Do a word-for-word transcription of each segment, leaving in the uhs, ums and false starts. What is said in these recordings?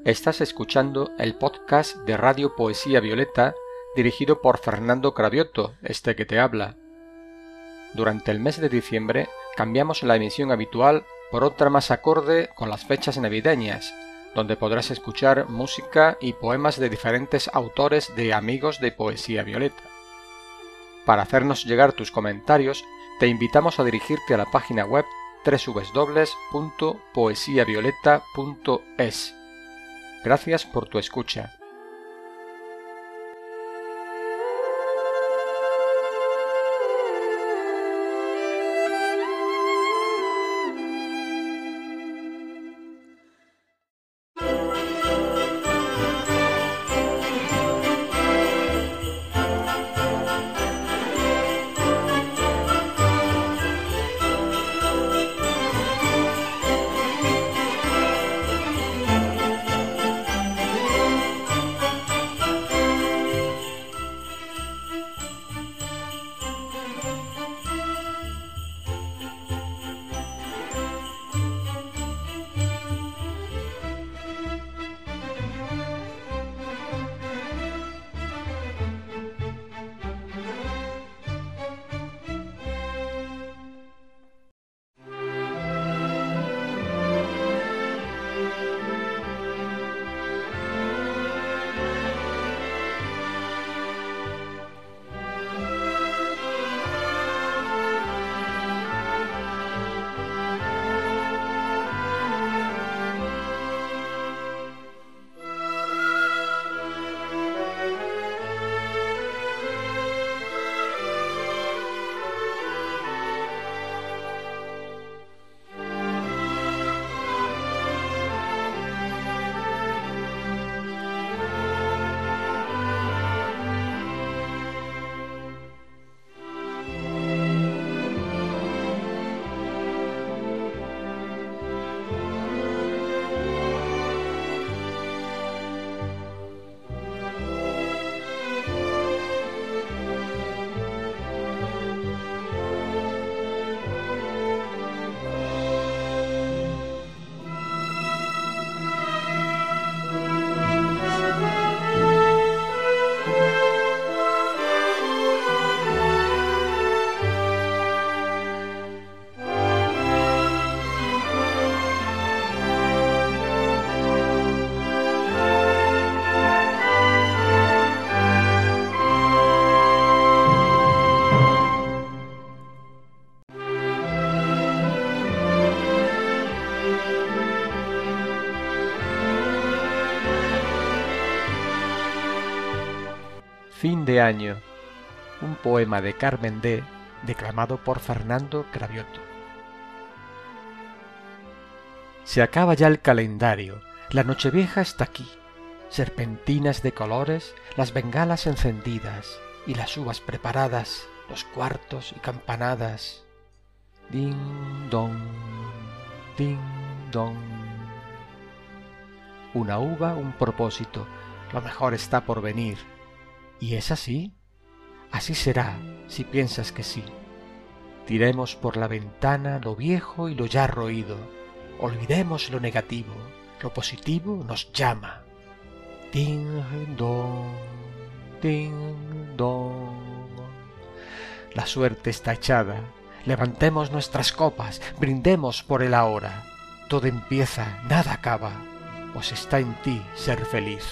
Estás escuchando el podcast de Radio Poesía Violeta dirigido por Fernando Cravioto, este que te habla. Durante el mes de diciembre cambiamos la emisión habitual por otra más acorde con las fechas navideñas, donde podrás escuchar música y poemas de diferentes autores de Amigos de Poesía Violeta. Para hacernos llegar tus comentarios, te invitamos a dirigirte a la página web doble u doble u doble u punto poesia violeta punto es. Gracias por tu escucha. Fin de año. Un poema de Carmen D, declamado por Fernando Cravioto. Se acaba ya el calendario, la Nochevieja está aquí, serpentinas de colores, las bengalas encendidas y las uvas preparadas, los cuartos y campanadas. Ding dong, ding dong. Una uva, un propósito, lo mejor está por venir. ¿Y es así? Así será, si piensas que sí. Tiremos por la ventana lo viejo y lo ya roído. Olvidemos lo negativo, lo positivo nos llama. Ding dong, ding dong. La suerte está echada. Levantemos nuestras copas, brindemos por el ahora. Todo empieza, nada acaba, pues está en ti ser feliz.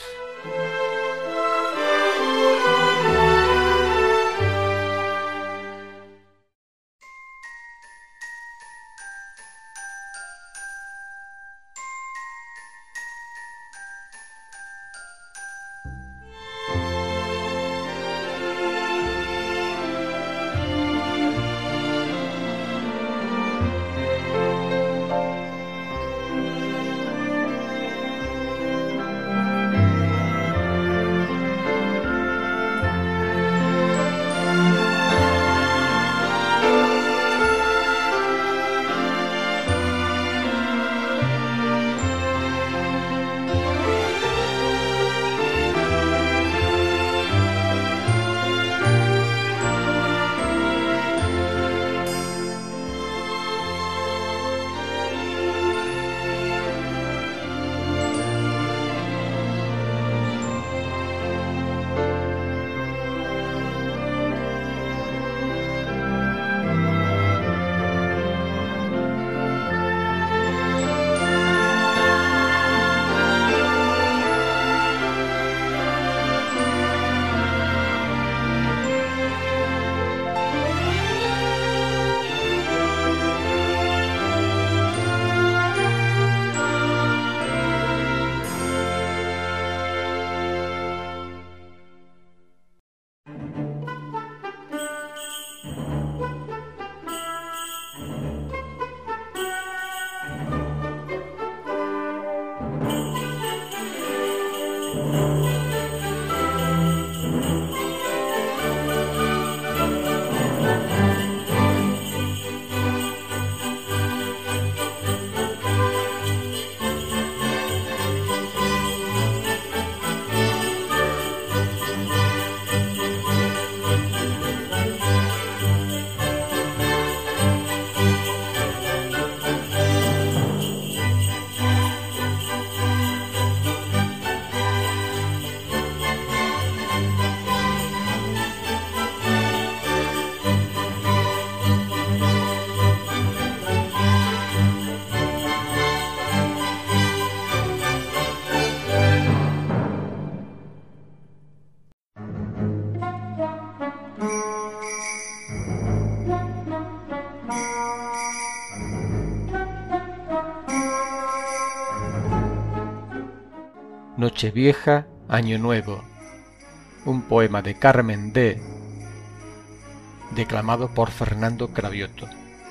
Nochevieja, Año Nuevo. Un poema de Carmen D., declamado por Fernando Cravioto.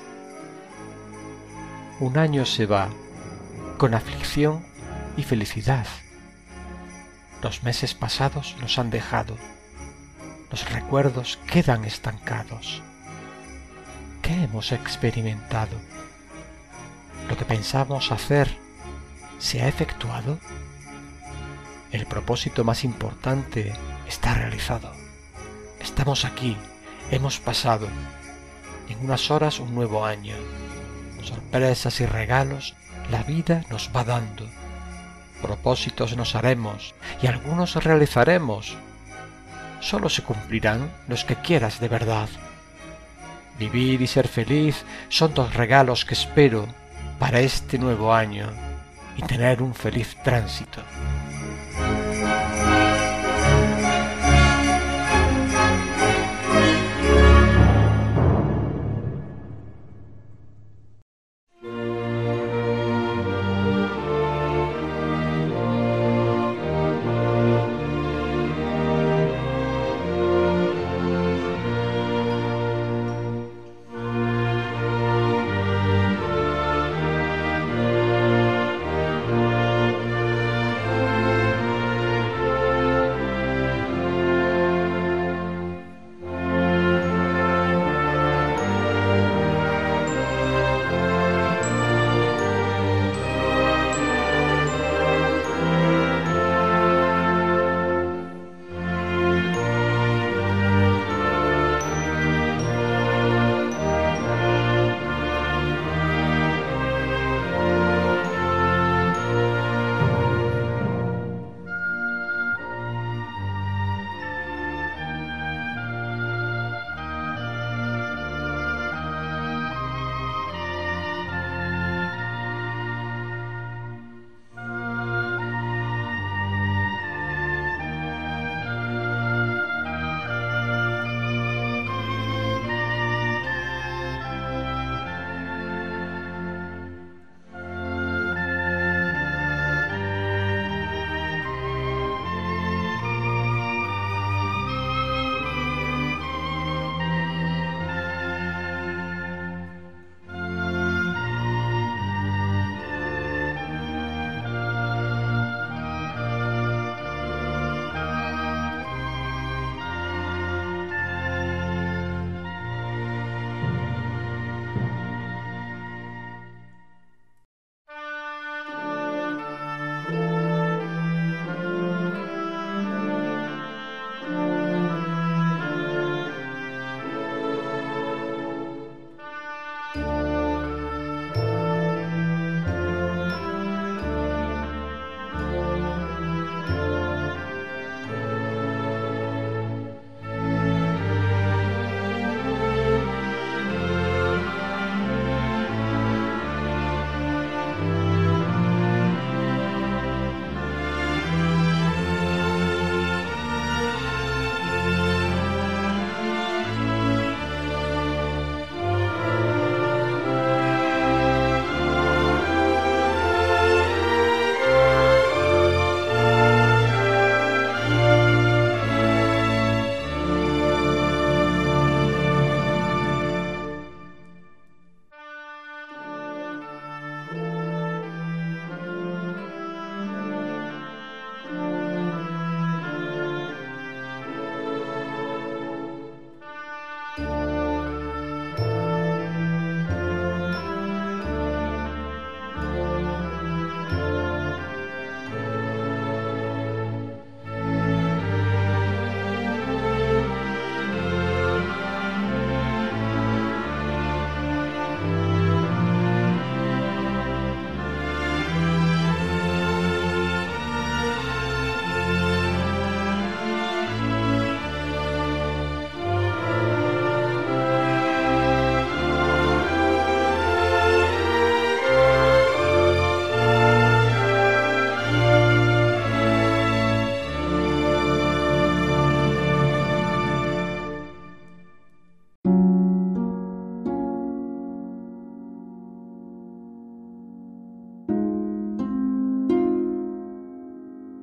Un año se va, con aflicción y felicidad. Los meses pasados nos han dejado, los recuerdos quedan estancados. ¿Qué hemos experimentado? ¿Lo que pensamos hacer se ha efectuado? El propósito más importante está realizado. Estamos aquí, hemos pasado. En unas horas un nuevo año. Sorpresas y regalos la vida nos va dando. Propósitos nos haremos y algunos realizaremos. Solo se cumplirán los que quieras de verdad. Vivir y ser feliz son dos regalos que espero para este nuevo año y tener un feliz tránsito.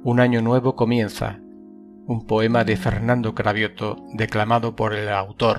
Un año nuevo comienza. Un poema de Fernando Cravioto, declamado por el autor.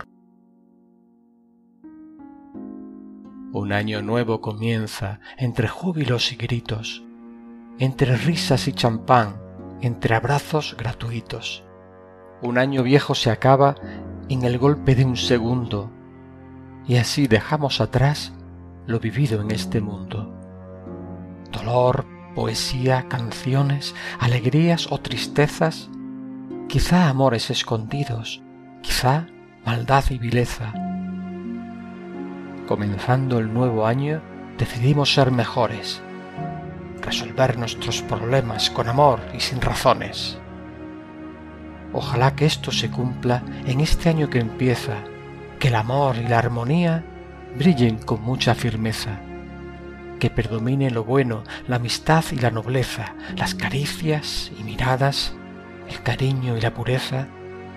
Un año nuevo comienza, entre júbilos y gritos, entre risas y champán, entre abrazos gratuitos. Un año viejo se acaba en el golpe de un segundo, y así dejamos atrás lo vivido en este mundo. Dolor, poesía, canciones, alegrías o tristezas, quizá amores escondidos, quizá maldad y vileza. Comenzando el nuevo año, decidimos ser mejores, resolver nuestros problemas con amor y sin razones. Ojalá que esto se cumpla en este año que empieza, que el amor y la armonía brillen con mucha firmeza, que predomine lo bueno, la amistad y la nobleza, las caricias y miradas, el cariño y la pureza.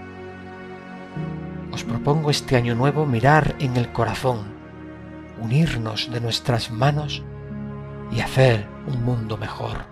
Os propongo este año nuevo mirar en el corazón, unirnos de nuestras manos y hacer un mundo mejor.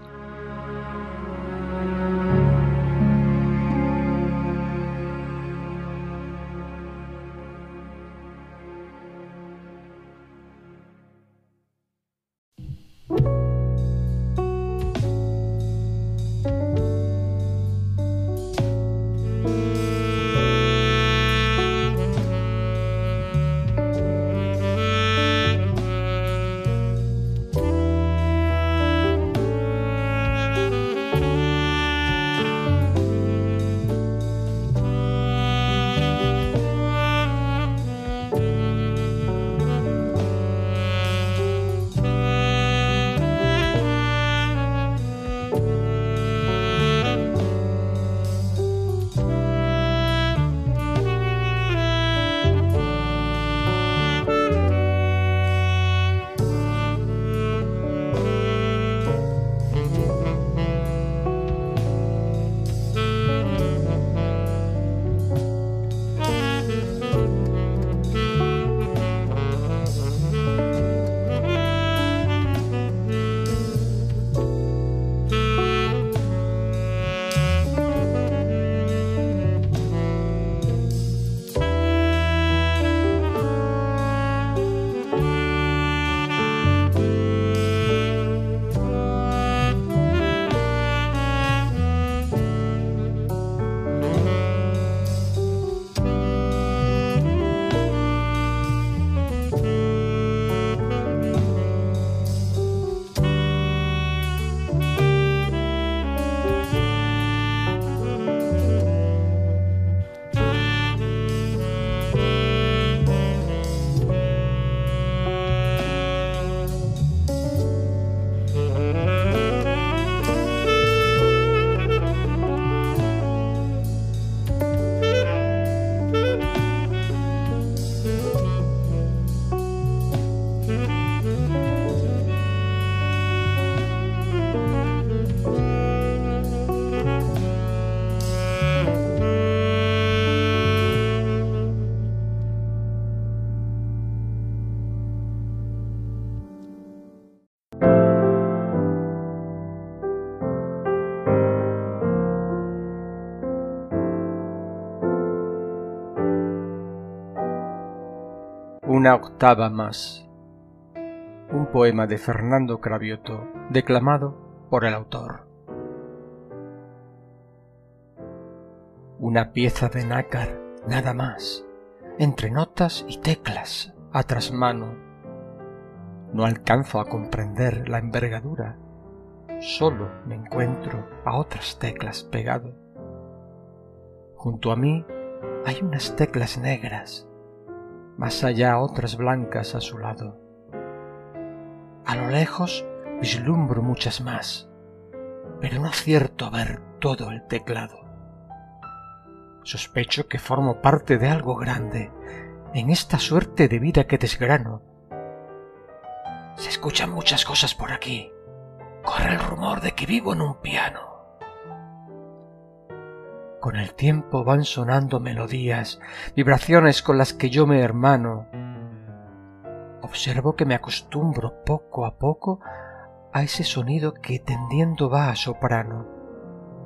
Una octava más. Un poema de Fernando Cravioto, declamado por el autor. Una pieza de nácar, nada más, entre notas y teclas, a trasmano. No alcanzo a comprender la envergadura, solo me encuentro a otras teclas pegado. Junto a mí hay unas teclas negras, más allá otras blancas a su lado. A lo lejos vislumbro muchas más, pero no acierto a ver todo el teclado. Sospecho que formo parte de algo grande en esta suerte de vida que desgrano. Se escuchan muchas cosas por aquí. Corre el rumor de que vivo en un piano. Con el tiempo van sonando melodías, vibraciones con las que yo me hermano. Observo que me acostumbro poco a poco a ese sonido que tendiendo va a soprano.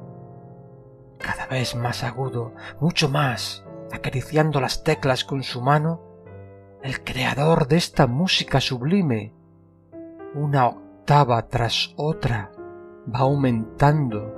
vez más agudo, mucho más, acariciando las teclas con su mano, el creador de esta música sublime, una octava tras otra, va aumentando.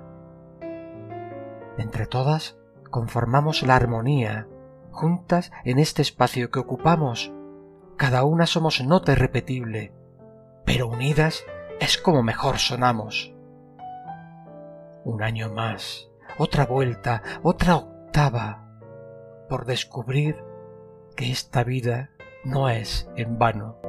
Entre todas conformamos la armonía, juntas en este espacio que ocupamos. Cada una somos nota irrepetible, pero unidas es como mejor sonamos. Un año más, otra vuelta, otra octava, por descubrir que esta vida no es en vano.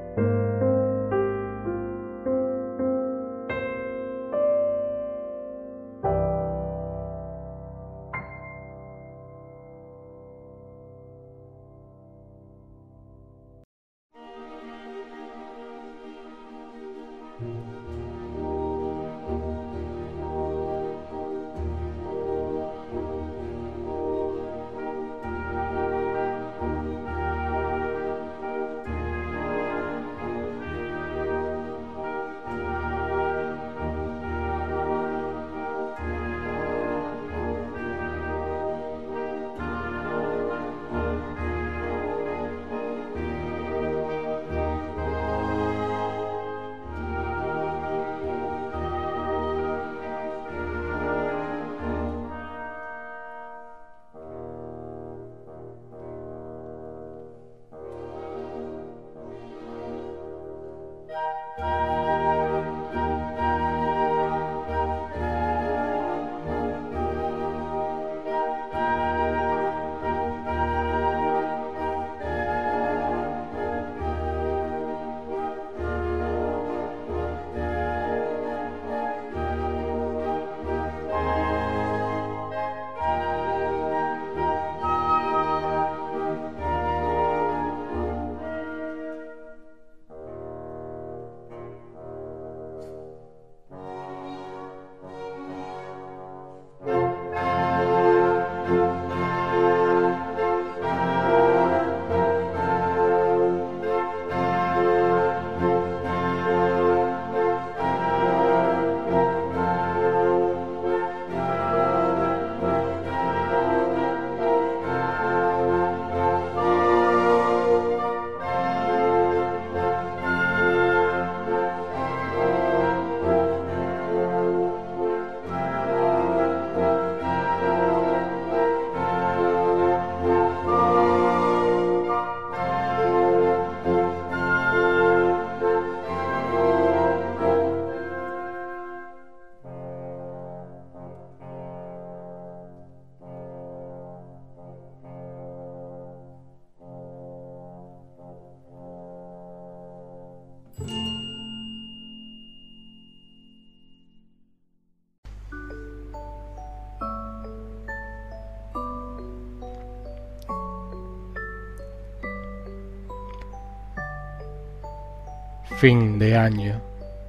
Fin de año.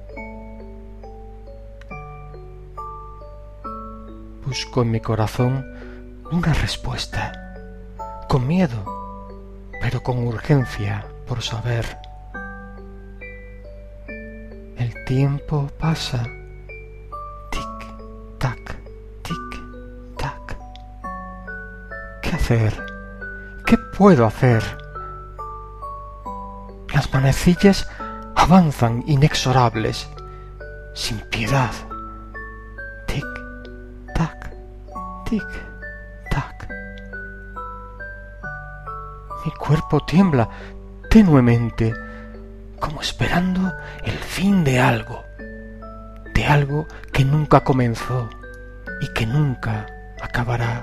Busco en mi corazón una respuesta, con miedo, pero con urgencia por saber. El tiempo pasa, tic-tac, tic-tac. ¿Qué hacer? ¿Qué puedo hacer? Las manecillas avanzan inexorables, sin piedad. Tic-tac, tic-tac. Mi cuerpo tiembla tenuemente, como esperando el fin de algo, de algo que nunca comenzó y que nunca acabará.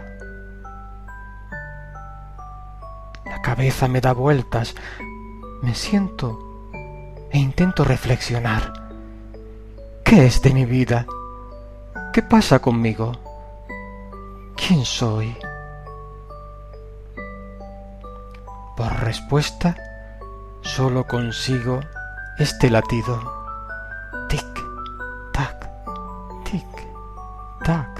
La cabeza me da vueltas, me siento e intento reflexionar. ¿Qué es de mi vida? ¿Qué pasa conmigo? ¿Quién soy? Por respuesta, solo consigo este latido. Tic, tac, tic, tac.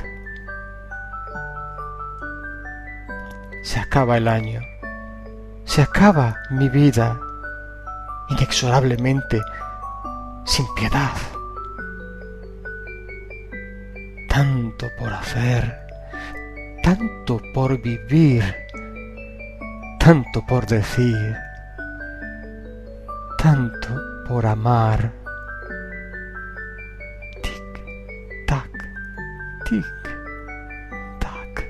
Se acaba el año. Se acaba mi vida. Inexorablemente, sin piedad. Tanto por hacer, tanto por vivir, tanto por decir, tanto por amar. Tic, tac, tic, tac.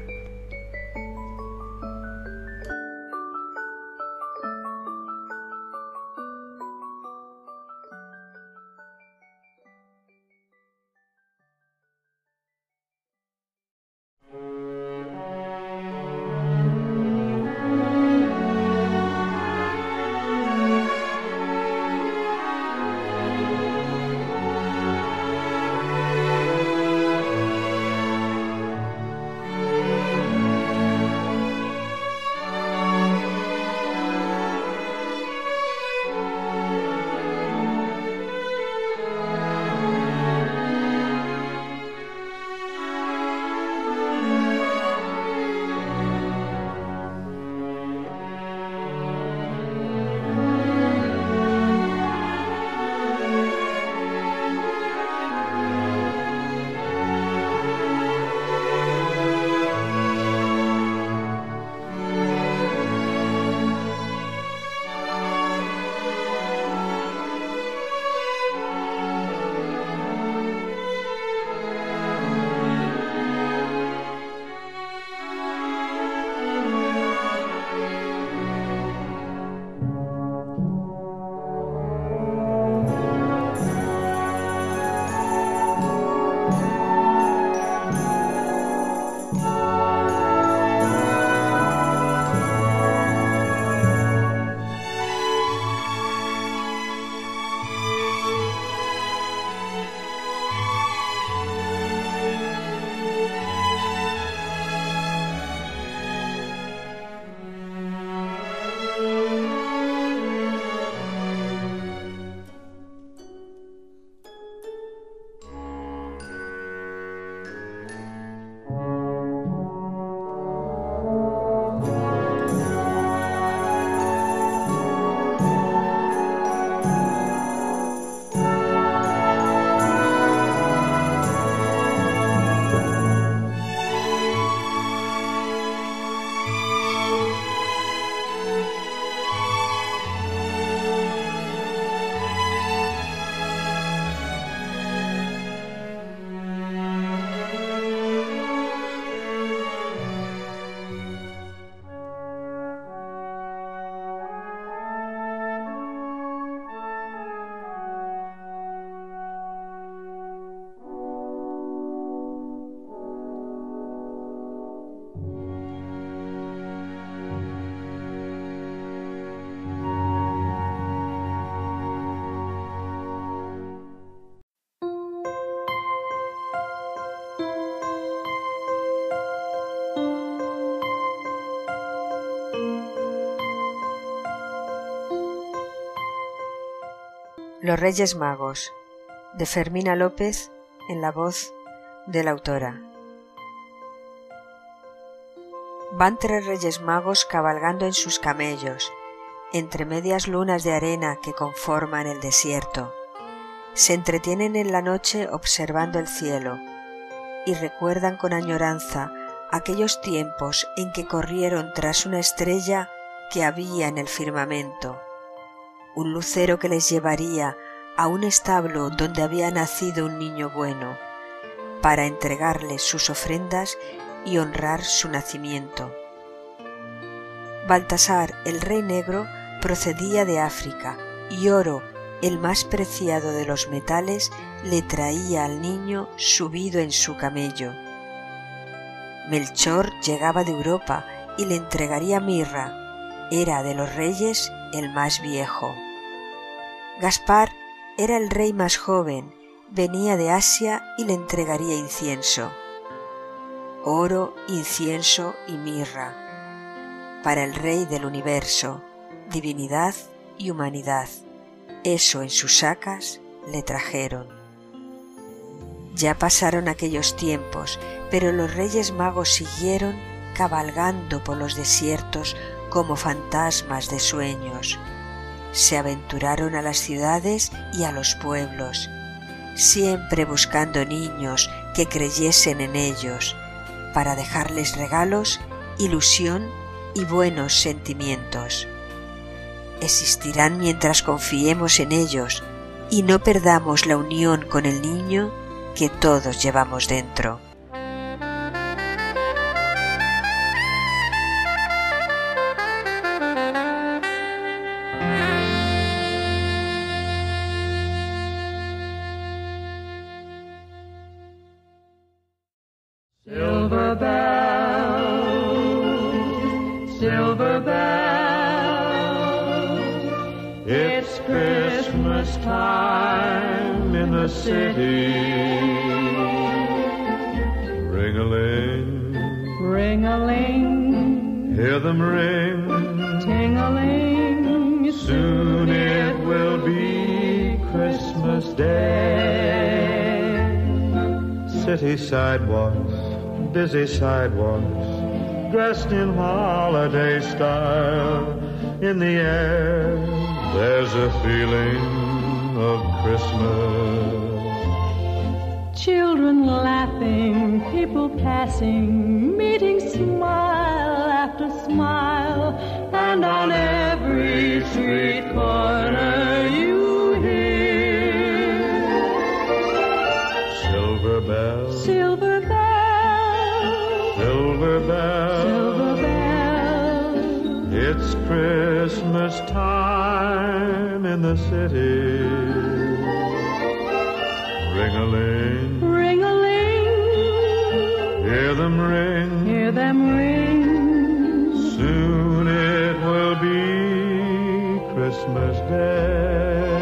Los Reyes Magos, de Fermina López, en la voz de la autora. Van tres Reyes Magos cabalgando en sus camellos, entre medias lunas de arena que conforman el desierto. Se entretienen en la noche observando el cielo y recuerdan con añoranza aquellos tiempos en que corrieron tras una estrella que había en el firmamento, un lucero que les llevaría a un establo donde había nacido un niño bueno, para entregarles sus ofrendas y honrar su nacimiento. Baltasar, el rey negro, procedía de África, y oro, el más preciado de los metales, le traía al niño subido en su camello. Melchor llegaba de Europa y le entregaría mirra, era de los reyes el más viejo. Gaspar era el rey más joven, venía de Asia y le entregaría incienso. Oro, incienso y mirra, para el rey del universo, divinidad y humanidad, eso en sus sacas le trajeron. Ya pasaron aquellos tiempos, pero los Reyes Magos siguieron cabalgando por los desiertos como fantasmas de sueños. Se aventuraron a las ciudades y a los pueblos, siempre buscando niños que creyesen en ellos, para dejarles regalos, ilusión y buenos sentimientos. Existirán mientras confiemos en ellos y no perdamos la unión con el niño que todos llevamos dentro. Silver bells, silver bells, it's Christmas time in the city. Ring-a-ling, ring-a-ling, hear them ring, ting-a-ling, soon it will be Christmas Day. City sidewalks, busy sidewalks, dressed in holiday style. In the air, there's a feeling of Christmas. Children laughing, people passing, meeting smile after smile, and on every street corner you hear silver bells, silver bells, silver bells, silver bells. It's Christmas time in the city. Ring-a-ling, ring-a-ling, hear them ring, hear them ring. Soon it will be Christmas Day.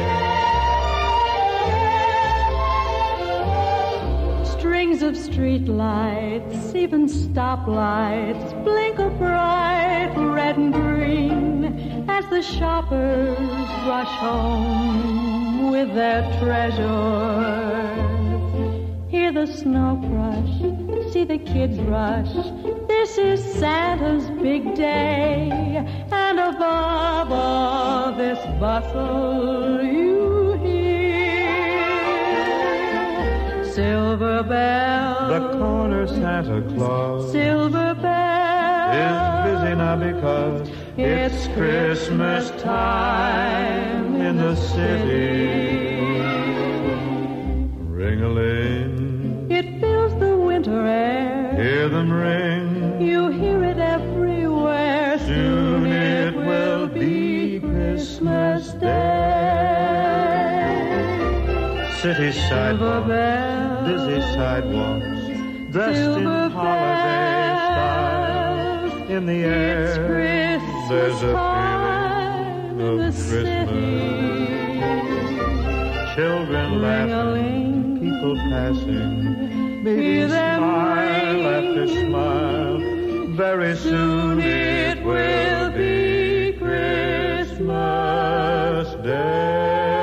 Strings of street lights, even stoplights, blink a bright red and green as the shoppers rush home with their treasures. Hear the snow crush, see the kids rush. This is Santa's big day, and above all this bustle you hear silver bells. The corner Santa Claus, silver bells, is busy now because it's Christmas time in the city. Ring-a-ling, it fills the winter air. Hear them ring, you hear it everywhere. Soon it will be Christmas Day. City sidewalks, busy sidewalks, dressed in holiday style. In the air, there's a feeling of Christmas. Children laughing, people passing, meeting smile after smile. Very soon it will be Christmas Day.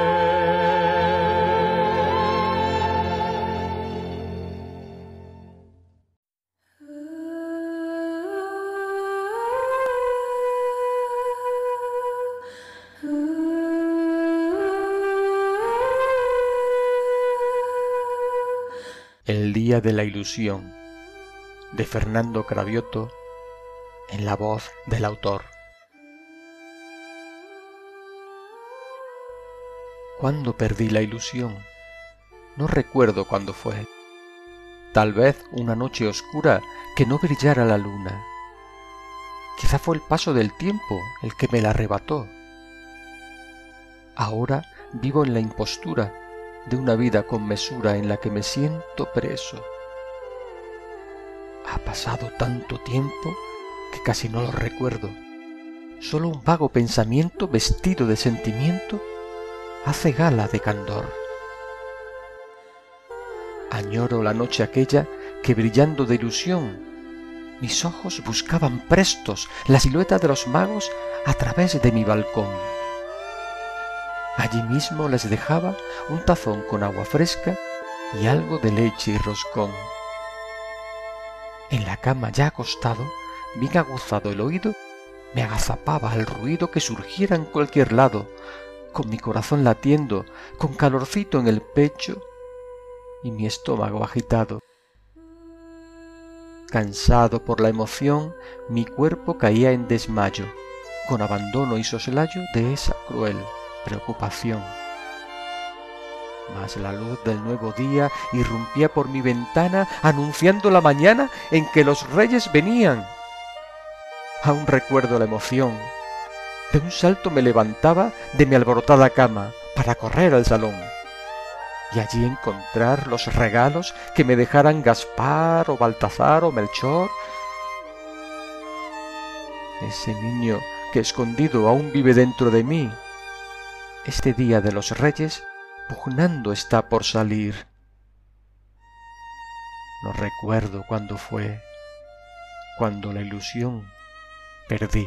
El día de la ilusión, de Fernando Cravioto, en la voz del autor. ¿Cuándo perdí la ilusión? No recuerdo cuándo fue. Tal vez una noche oscura que no brillara la luna. Quizá fue el paso del tiempo el que me la arrebató. Ahora vivo en la impostura de una vida con mesura en la que me siento preso. Ha pasado tanto tiempo que casi no lo recuerdo. Solo un vago pensamiento vestido de sentimiento hace gala de candor. Añoro la noche aquella que, brillando de ilusión, mis ojos buscaban prestos la silueta de los magos a través de mi balcón. Allí mismo les dejaba un tazón con agua fresca y algo de leche y roscón. En la cama ya acostado, bien aguzado el oído, me agazapaba al ruido que surgiera en cualquier lado, con mi corazón latiendo, con calorcito en el pecho y mi estómago agitado. Cansado por la emoción, mi cuerpo caía en desmayo, con abandono y soslayo de esa cruel preocupación. Mas la luz del nuevo día irrumpía por mi ventana, anunciando la mañana en que los reyes venían. Aún recuerdo la emoción. De un salto me levantaba de mi alborotada cama para correr al salón y allí encontrar los regalos que me dejaran Gaspar o Baltazar o Melchor. Ese niño que escondido aún vive dentro de mí, este día de los reyes pugnando está por salir. No recuerdo cuándo fue, cuando la ilusión perdí.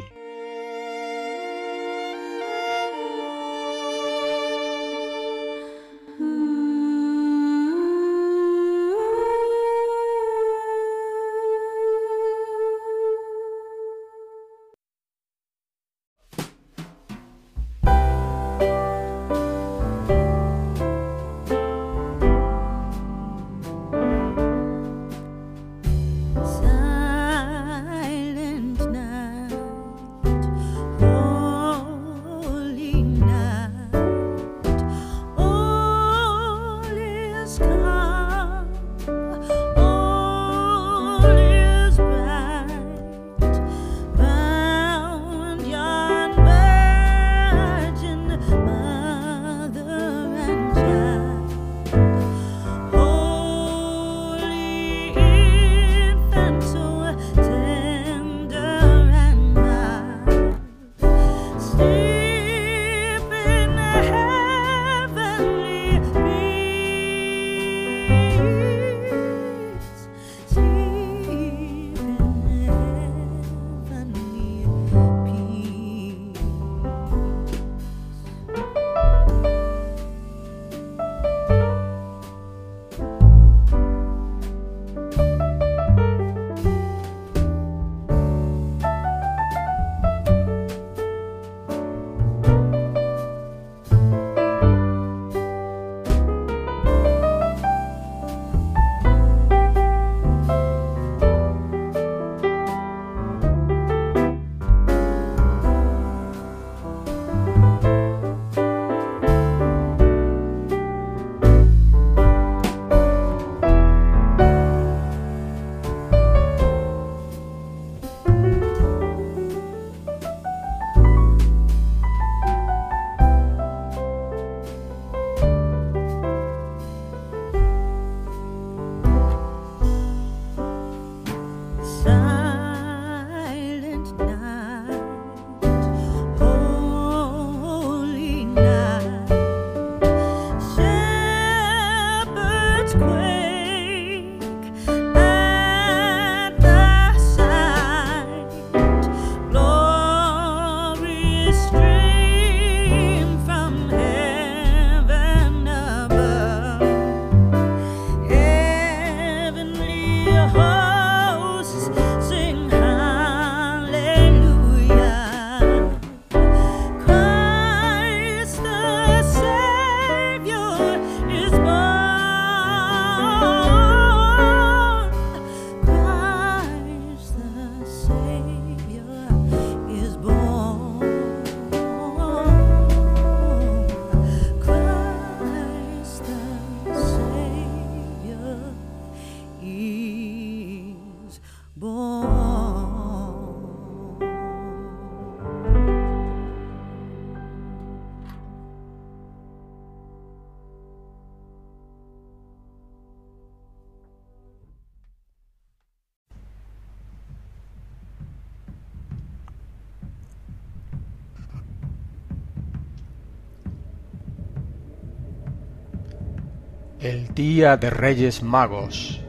El Día de Reyes Magos.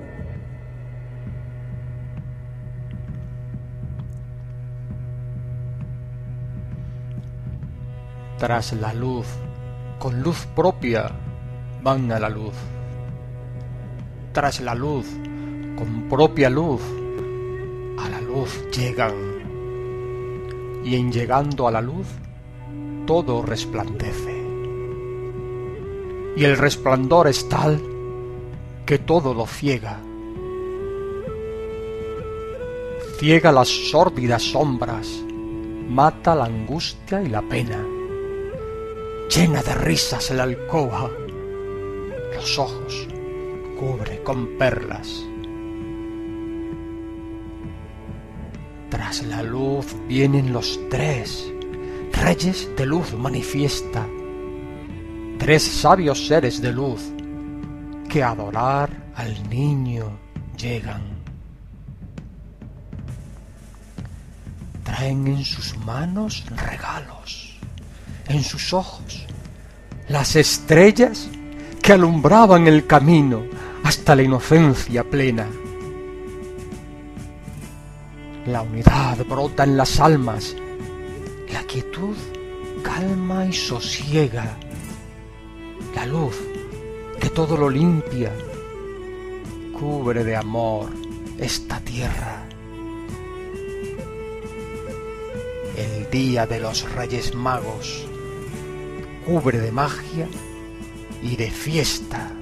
Tras la luz, con luz propia, van a la luz. Tras la luz, con propia luz, a la luz llegan. Y en llegando a la luz, todo resplandece. Y el resplandor es tal que todo lo ciega. ciega las sórdidas sombras, mata la angustia y la pena. Llena de risas la alcoba, los ojos cubre con perlas. Tras la luz vienen los tres, reyes de luz manifiesta, tres sabios seres de luz que a adorar al niño llegan. Traen en sus manos regalos, en sus ojos las estrellas que alumbraban el camino hasta la inocencia plena. La unidad brota en las almas, la quietud calma y sosiega, la luz que todo lo limpia, cubre de amor esta tierra. El día de los Reyes Magos cubre de magia y de fiesta.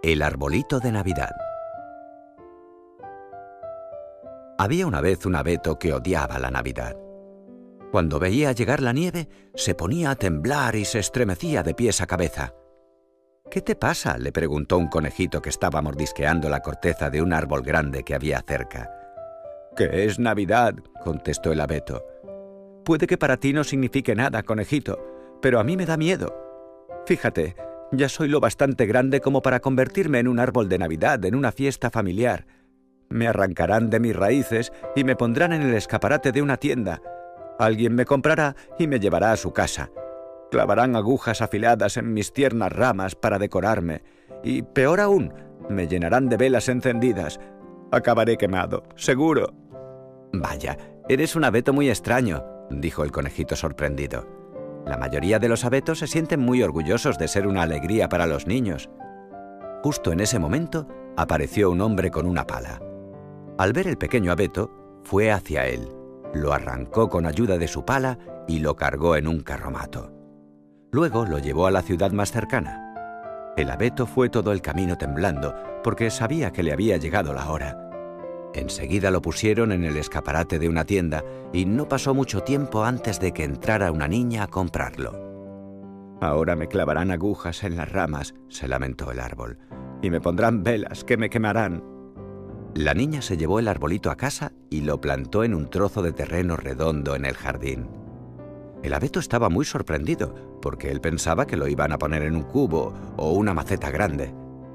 El arbolito de Navidad. Había una vez un abeto que odiaba la Navidad. Cuando veía llegar la nieve, se ponía a temblar y se estremecía de pies a cabeza. «¿Qué te pasa?», le preguntó un conejito que estaba mordisqueando la corteza de un árbol grande que había cerca. «¿Qué es Navidad?», contestó el abeto. «Puede que para ti no signifique nada, conejito, pero a mí me da miedo. Fíjate, ya soy lo bastante grande como para convertirme en un árbol de Navidad en una fiesta familiar. Me arrancarán de mis raíces y me pondrán en el escaparate de una tienda. Alguien me comprará y me llevará a su casa. Clavarán agujas afiladas en mis tiernas ramas para decorarme. Y, peor aún, me llenarán de velas encendidas. Acabaré quemado, seguro». «Vaya, eres un abeto muy extraño», dijo el conejito sorprendido. «La mayoría de los abetos se sienten muy orgullosos de ser una alegría para los niños». Justo en ese momento apareció un hombre con una pala. Al ver el pequeño abeto, fue hacia él, lo arrancó con ayuda de su pala y lo cargó en un carromato. Luego lo llevó a la ciudad más cercana. El abeto fue todo el camino temblando, porque sabía que le había llegado la hora. Enseguida lo pusieron en el escaparate de una tienda y no pasó mucho tiempo antes de que entrara una niña a comprarlo. «Ahora me clavarán agujas en las ramas», se lamentó el árbol, «y me pondrán velas que me quemarán». La niña se llevó el arbolito a casa y lo plantó en un trozo de terreno redondo en el jardín. El abeto estaba muy sorprendido, porque él pensaba que lo iban a poner en un cubo o una maceta grande.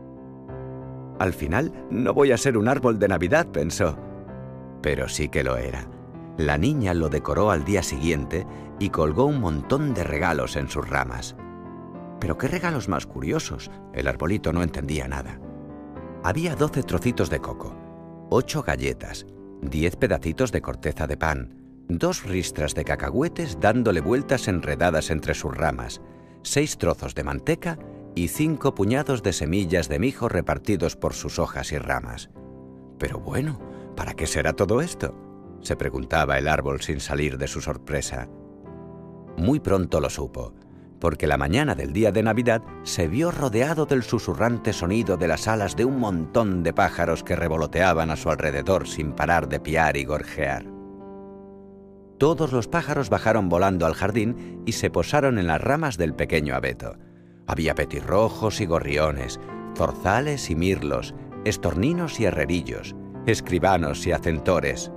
«Al final no voy a ser un árbol de Navidad», pensó. Pero sí que lo era. La niña lo decoró al día siguiente y colgó un montón de regalos en sus ramas. Pero qué regalos más curiosos. El arbolito no entendía nada. Había doce trocitos de coco, ocho galletas, diez pedacitos de corteza de pan, dos ristras de cacahuetes dándole vueltas enredadas entre sus ramas, seis trozos de manteca y cinco puñados de semillas de mijo repartidos por sus hojas y ramas. «Pero bueno, ¿para qué será todo esto?», se preguntaba el árbol sin salir de su sorpresa. Muy pronto lo supo, porque la mañana del día de Navidad se vio rodeado del susurrante sonido de las alas de un montón de pájaros que revoloteaban a su alrededor sin parar de piar y gorjear. Todos los pájaros bajaron volando al jardín y se posaron en las ramas del pequeño abeto. Había petirrojos y gorriones, zorzales y mirlos, estorninos y herrerillos, escribanos y acentores.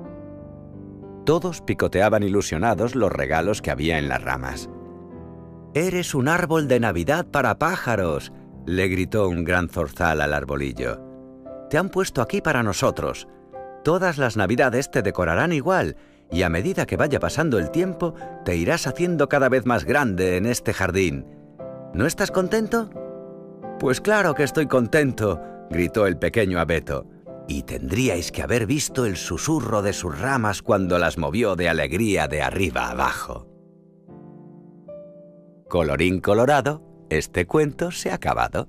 Todos picoteaban ilusionados los regalos que había en las ramas. «¡Eres un árbol de Navidad para pájaros!», le gritó un gran zorzal al arbolillo. «Te han puesto aquí para nosotros. Todas las Navidades te decorarán igual, y a medida que vaya pasando el tiempo, te irás haciendo cada vez más grande en este jardín. ¿No estás contento?». «Pues claro que estoy contento», gritó el pequeño abeto. Y tendríais que haber visto el susurro de sus ramas cuando las movió de alegría de arriba abajo. Colorín colorado, este cuento se ha acabado.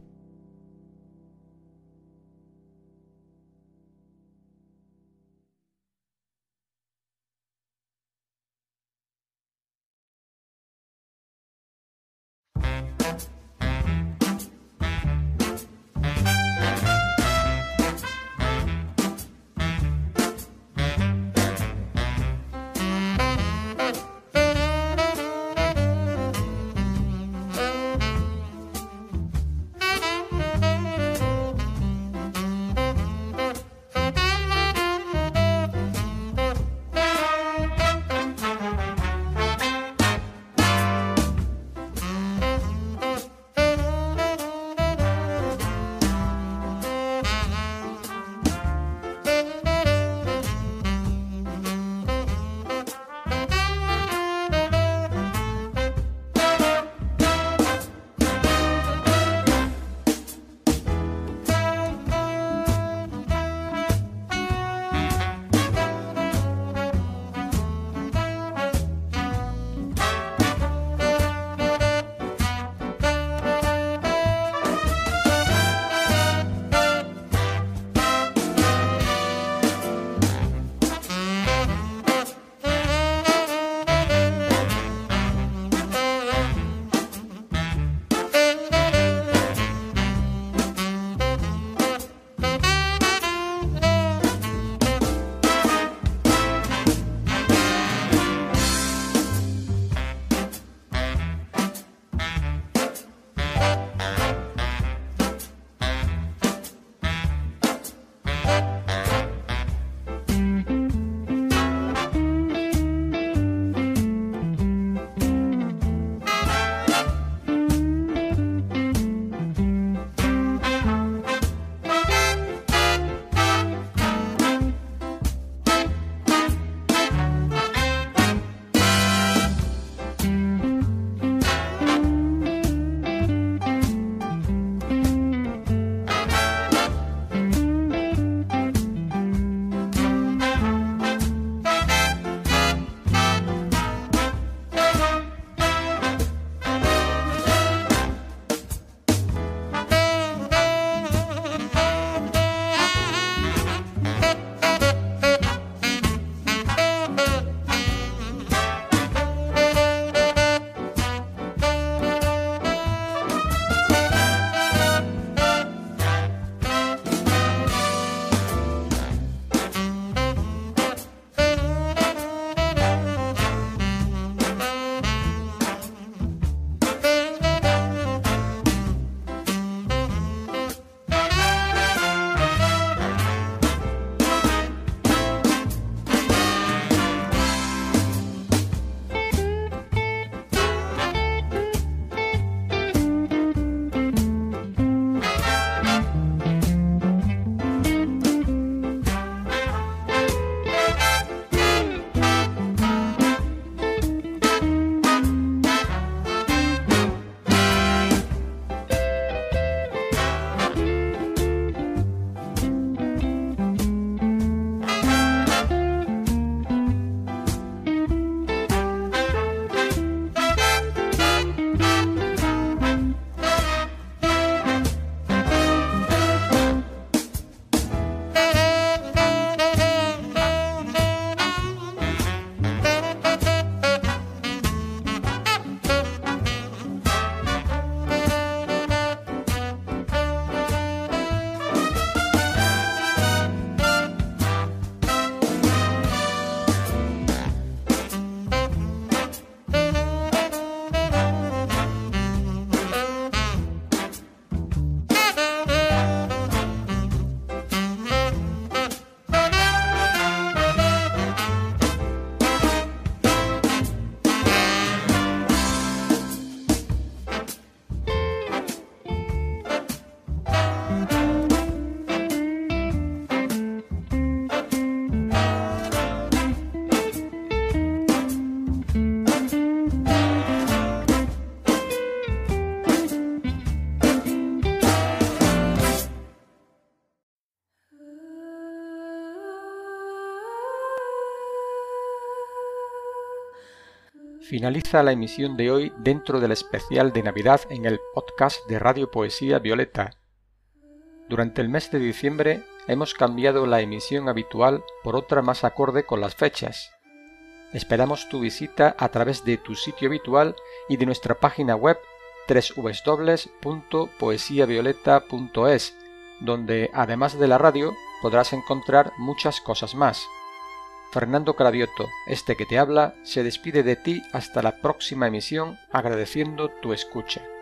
Finaliza la emisión de hoy dentro del especial de Navidad en el podcast de Radio Poesía Violeta. Durante el mes de diciembre hemos cambiado la emisión habitual por otra más acorde con las fechas. Esperamos tu visita a través de tu sitio habitual y de nuestra página web doble u doble u doble u punto poesía violeta punto es, donde además de la radio podrás encontrar muchas cosas más. Fernando Cravioto, este que te habla, se despide de ti hasta la próxima emisión agradeciendo tu escucha.